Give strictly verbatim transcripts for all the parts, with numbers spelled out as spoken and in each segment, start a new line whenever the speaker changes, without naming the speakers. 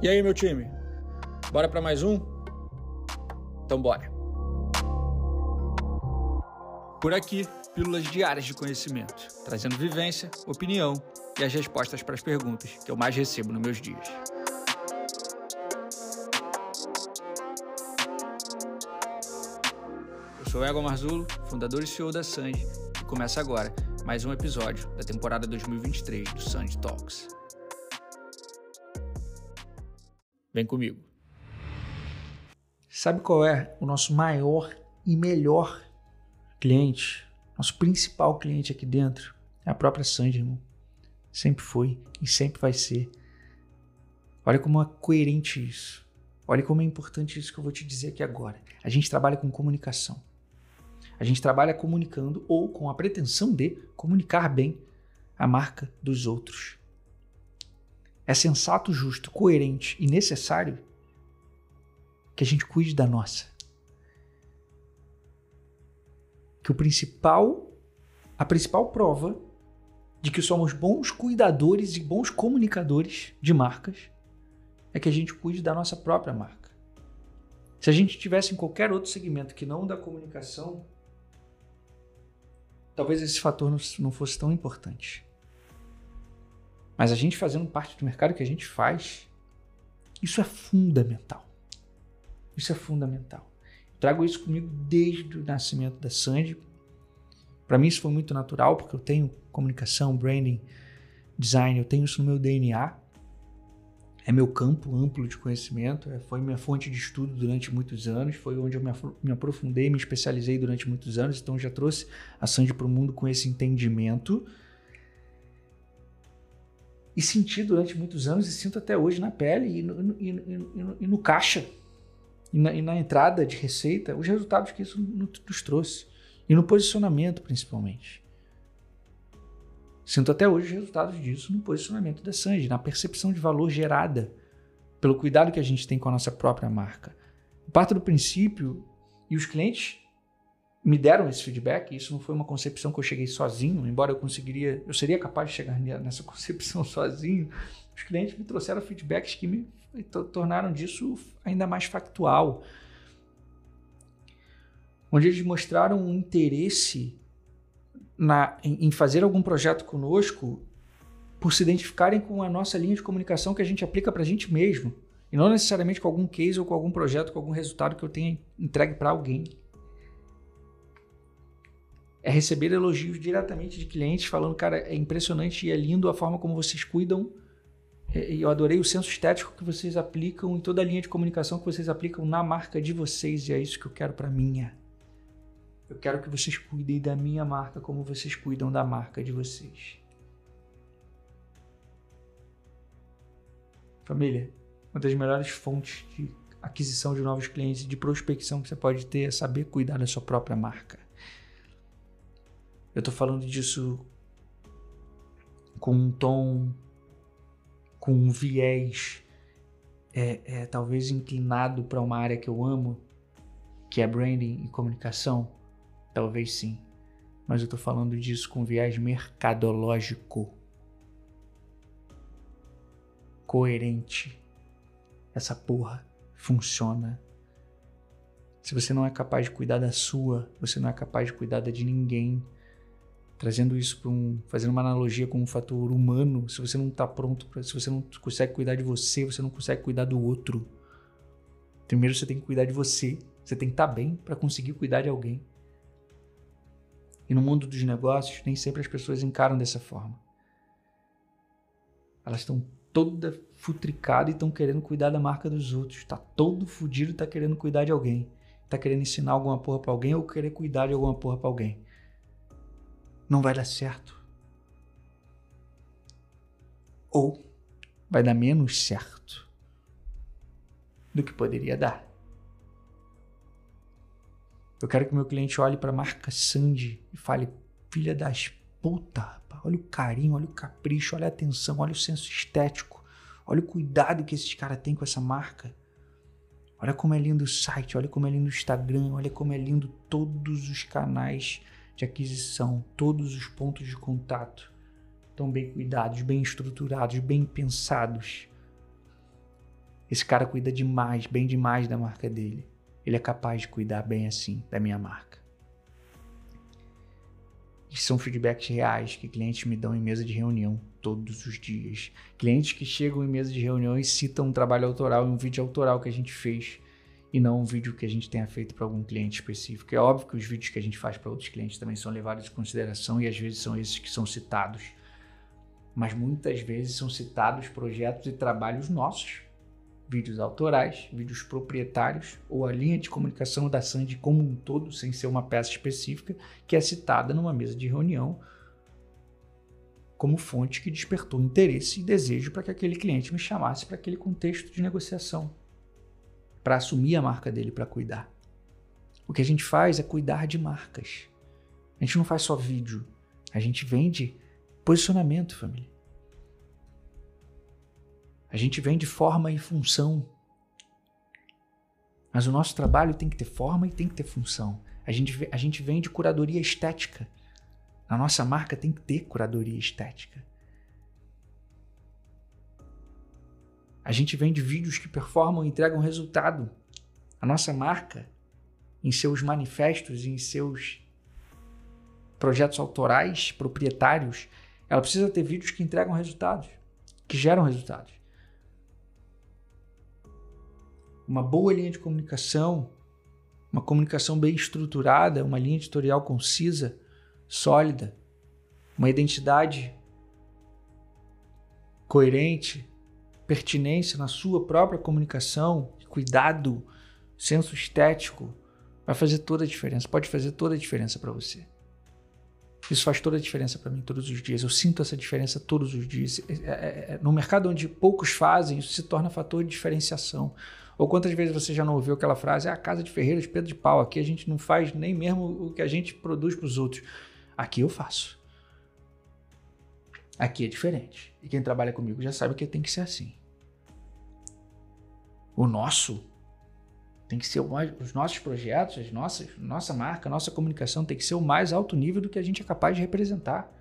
E aí, meu time? Bora para mais um? Então bora. Por aqui, pílulas diárias de conhecimento, trazendo vivência, opinião e as respostas para as perguntas que eu mais recebo nos meus dias. Eu sou Egon Marzullo, fundador e C E O da Sandy, e começa agora mais um episódio da temporada dois mil e vinte e três do Sandy Talks. Vem comigo.
Sabe qual é o nosso maior e melhor cliente? Nosso principal cliente aqui dentro é a própria Sandy, irmão. Sempre foi e sempre vai ser. Olha como é coerente isso. Olha como é importante isso que eu vou te dizer aqui agora. A gente trabalha com comunicação. A gente trabalha comunicando ou com a pretensão de comunicar bem a marca dos outros. É sensato, justo, coerente e necessário que a gente cuide da nossa. Que o principal, a principal prova de que somos bons cuidadores e bons comunicadores de marcas é que a gente cuide da nossa própria marca. Se a gente tivesse em qualquer outro segmento que não o da comunicação, talvez esse fator não fosse tão importante. Mas a gente fazendo parte do mercado que a gente faz, isso é fundamental. Isso é fundamental. Eu trago isso comigo desde o nascimento da Sandy. Para mim isso foi muito natural, porque eu tenho comunicação, branding, design, eu tenho isso no meu D N A. É meu campo amplo de conhecimento, foi minha fonte de estudo durante muitos anos, foi onde eu me aprofundei, me especializei durante muitos anos, então já trouxe a Sandy para o mundo com esse entendimento. E senti durante muitos anos e sinto até hoje na pele e no, e, e, e no, e no caixa e na, e na entrada de receita os resultados que isso nos trouxe e no posicionamento principalmente. Sinto até hoje os resultados disso no posicionamento da Sandy, na percepção de valor gerada pelo cuidado que a gente tem com a nossa própria marca. Parto do princípio, e os clientes me deram esse feedback, isso não foi uma concepção que eu cheguei sozinho, embora eu conseguiria, eu seria capaz de chegar nessa concepção sozinho, os clientes me trouxeram feedbacks que me tornaram disso ainda mais factual, onde eles mostraram um interesse na, em, em fazer algum projeto conosco por se identificarem com a nossa linha de comunicação que a gente aplica para a gente mesmo, e não necessariamente com algum case ou com algum projeto, com algum resultado que eu tenha entregue para alguém. É receber elogios diretamente de clientes falando, cara, é impressionante e é lindo a forma como vocês cuidam, e eu adorei o senso estético que vocês aplicam em toda a linha de comunicação que vocês aplicam na marca de vocês, e é isso que eu quero para minha. Eu quero que vocês cuidem da minha marca como vocês cuidam da marca de vocês. Família, uma das melhores fontes de aquisição de novos clientes e de prospecção que você pode ter é saber cuidar da sua própria marca. Eu estou falando disso com um tom, com um viés é, é, talvez inclinado para uma área que eu amo, que é branding e comunicação. Talvez sim, mas eu estou falando disso com viés mercadológico, coerente. Essa porra funciona. Se você não é capaz de cuidar da sua, você não é capaz de cuidar da de ninguém. Trazendo isso para um, fazendo uma analogia com um fator humano, se você não está pronto, pra, se você não consegue cuidar de você, você não consegue cuidar do outro. Primeiro você tem que cuidar de você, você tem que estar bem para conseguir cuidar de alguém. E no mundo dos negócios, nem sempre as pessoas encaram dessa forma. Elas estão toda futricada e estão querendo cuidar da marca dos outros. Tá todo fudido e tá querendo cuidar de alguém. Tá querendo ensinar alguma porra para alguém ou querer cuidar de alguma porra para alguém. Não vai dar certo. Ou vai dar menos certo do que poderia dar. Eu quero que meu cliente olhe para a marca Sandy e fale, filha das putas, rapaz, olha o carinho, olha o capricho, olha a atenção, olha o senso estético, olha o cuidado que esses caras têm com essa marca. Olha como é lindo o site, olha como é lindo o Instagram, olha como é lindo todos os canais de aquisição, todos os pontos de contato estão bem cuidados, bem estruturados, bem pensados. Esse cara cuida demais, bem demais da marca dele. Ele é capaz de cuidar bem assim da minha marca. E são feedbacks reais que clientes me dão em mesa de reunião todos os dias. Clientes que chegam em mesa de reunião e citam um trabalho autoral e um vídeo autoral que a gente fez e não um vídeo que a gente tenha feito para algum cliente específico. É óbvio que os vídeos que a gente faz para outros clientes também são levados em consideração e às vezes são esses que são citados. Mas muitas vezes são citados projetos e trabalhos nossos. Vídeos autorais, vídeos proprietários ou a linha de comunicação da Sandy como um todo, sem ser uma peça específica, que é citada numa mesa de reunião como fonte que despertou interesse e desejo para que aquele cliente me chamasse para aquele contexto de negociação, para assumir a marca dele, para cuidar. O que a gente faz é cuidar de marcas. A gente não faz só vídeo, a gente vende posicionamento, família. A gente vende forma e função. Mas o nosso trabalho tem que ter forma e tem que ter função. A gente, a gente vende curadoria estética. A nossa marca tem que ter curadoria estética. A gente vende vídeos que performam e entregam resultado. A nossa marca, em seus manifestos, em seus projetos autorais, proprietários, ela precisa ter vídeos que entregam resultados, que geram resultados. Uma boa linha de comunicação, uma comunicação bem estruturada, uma linha editorial concisa, sólida, uma identidade coerente, pertinência na sua própria comunicação, cuidado, senso estético, vai fazer toda a diferença, pode fazer toda a diferença para você. Isso faz toda a diferença para mim todos os dias. Eu sinto essa diferença todos os dias. É, é, é, no mercado onde poucos fazem, isso se torna fator de diferenciação. Ou quantas vezes você já não ouviu aquela frase, é a casa de ferreiro de Pedro de Pau, aqui a gente não faz nem mesmo o que a gente produz para os outros. Aqui eu faço. Aqui é diferente. E quem trabalha comigo já sabe que tem que ser assim. O nosso tem que ser o mais, os nossos projetos, as nossas, nossa marca, nossa comunicação tem que ser o mais alto nível do que a gente é capaz de representar.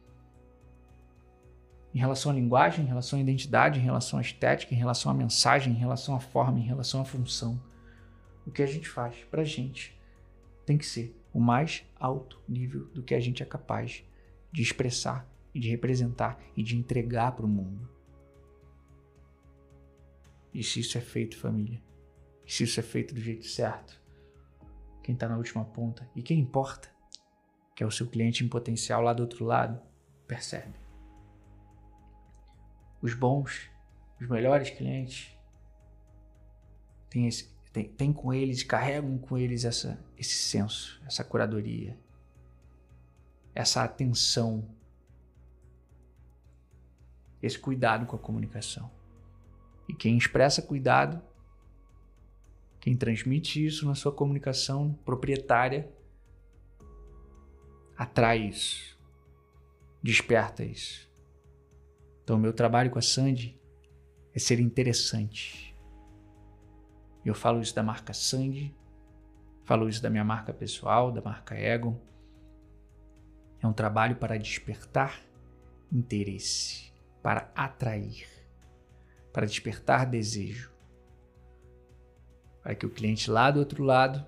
Em relação à linguagem, em relação à identidade, em relação à estética, em relação à mensagem, em relação à forma, em relação à função. O que a gente faz pra gente tem que ser o mais alto nível do que a gente é capaz de expressar e de representar e de entregar para o mundo. E se isso é feito, família, e se isso é feito do jeito certo, quem está na última ponta e quem importa, que é o seu cliente em potencial lá do outro lado, percebe. Os bons, os melhores clientes têm, esse, têm, têm com eles, carregam com eles essa, esse senso, essa curadoria, essa atenção, esse cuidado com a comunicação. E quem expressa cuidado, quem transmite isso na sua comunicação proprietária, atrai isso, desperta isso. Então, o meu trabalho com a Sandy é ser interessante. Eu falo isso da marca Sandy, falo isso da minha marca pessoal, da marca Egon. É um trabalho para despertar interesse, para atrair, para despertar desejo, para que o cliente lá do outro lado,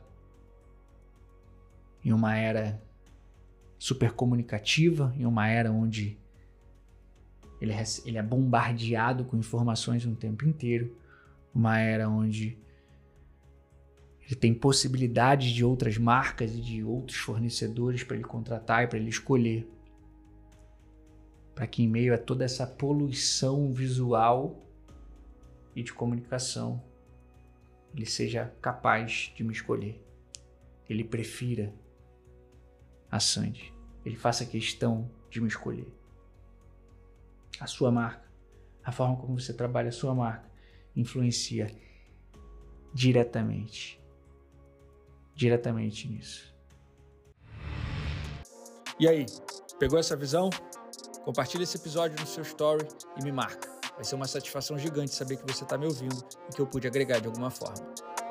em uma era super comunicativa, em uma era onde ele é, ele é bombardeado com informações o tempo inteiro, uma era onde ele tem possibilidades de outras marcas e de outros fornecedores para ele contratar e para ele escolher, para que em meio a toda essa poluição visual e de comunicação, ele seja capaz de me escolher. Ele prefira a Sandy. Ele faça questão de me escolher. A sua marca, a forma como você trabalha a sua marca, influencia diretamente, diretamente nisso.
E aí, pegou essa visão? Compartilha esse episódio no seu story e me marca. Vai ser uma satisfação gigante saber que você está me ouvindo e que eu pude agregar de alguma forma.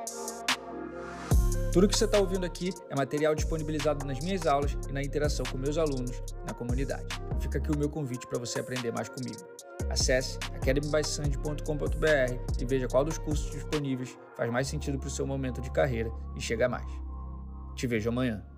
Tudo que você está ouvindo aqui é material disponibilizado nas minhas aulas e na interação com meus alunos na comunidade. Fica aqui o meu convite para você aprender mais comigo. Acesse academy by sandy ponto com ponto b r e veja qual dos cursos disponíveis faz mais sentido para o seu momento de carreira e chega mais. Te vejo amanhã.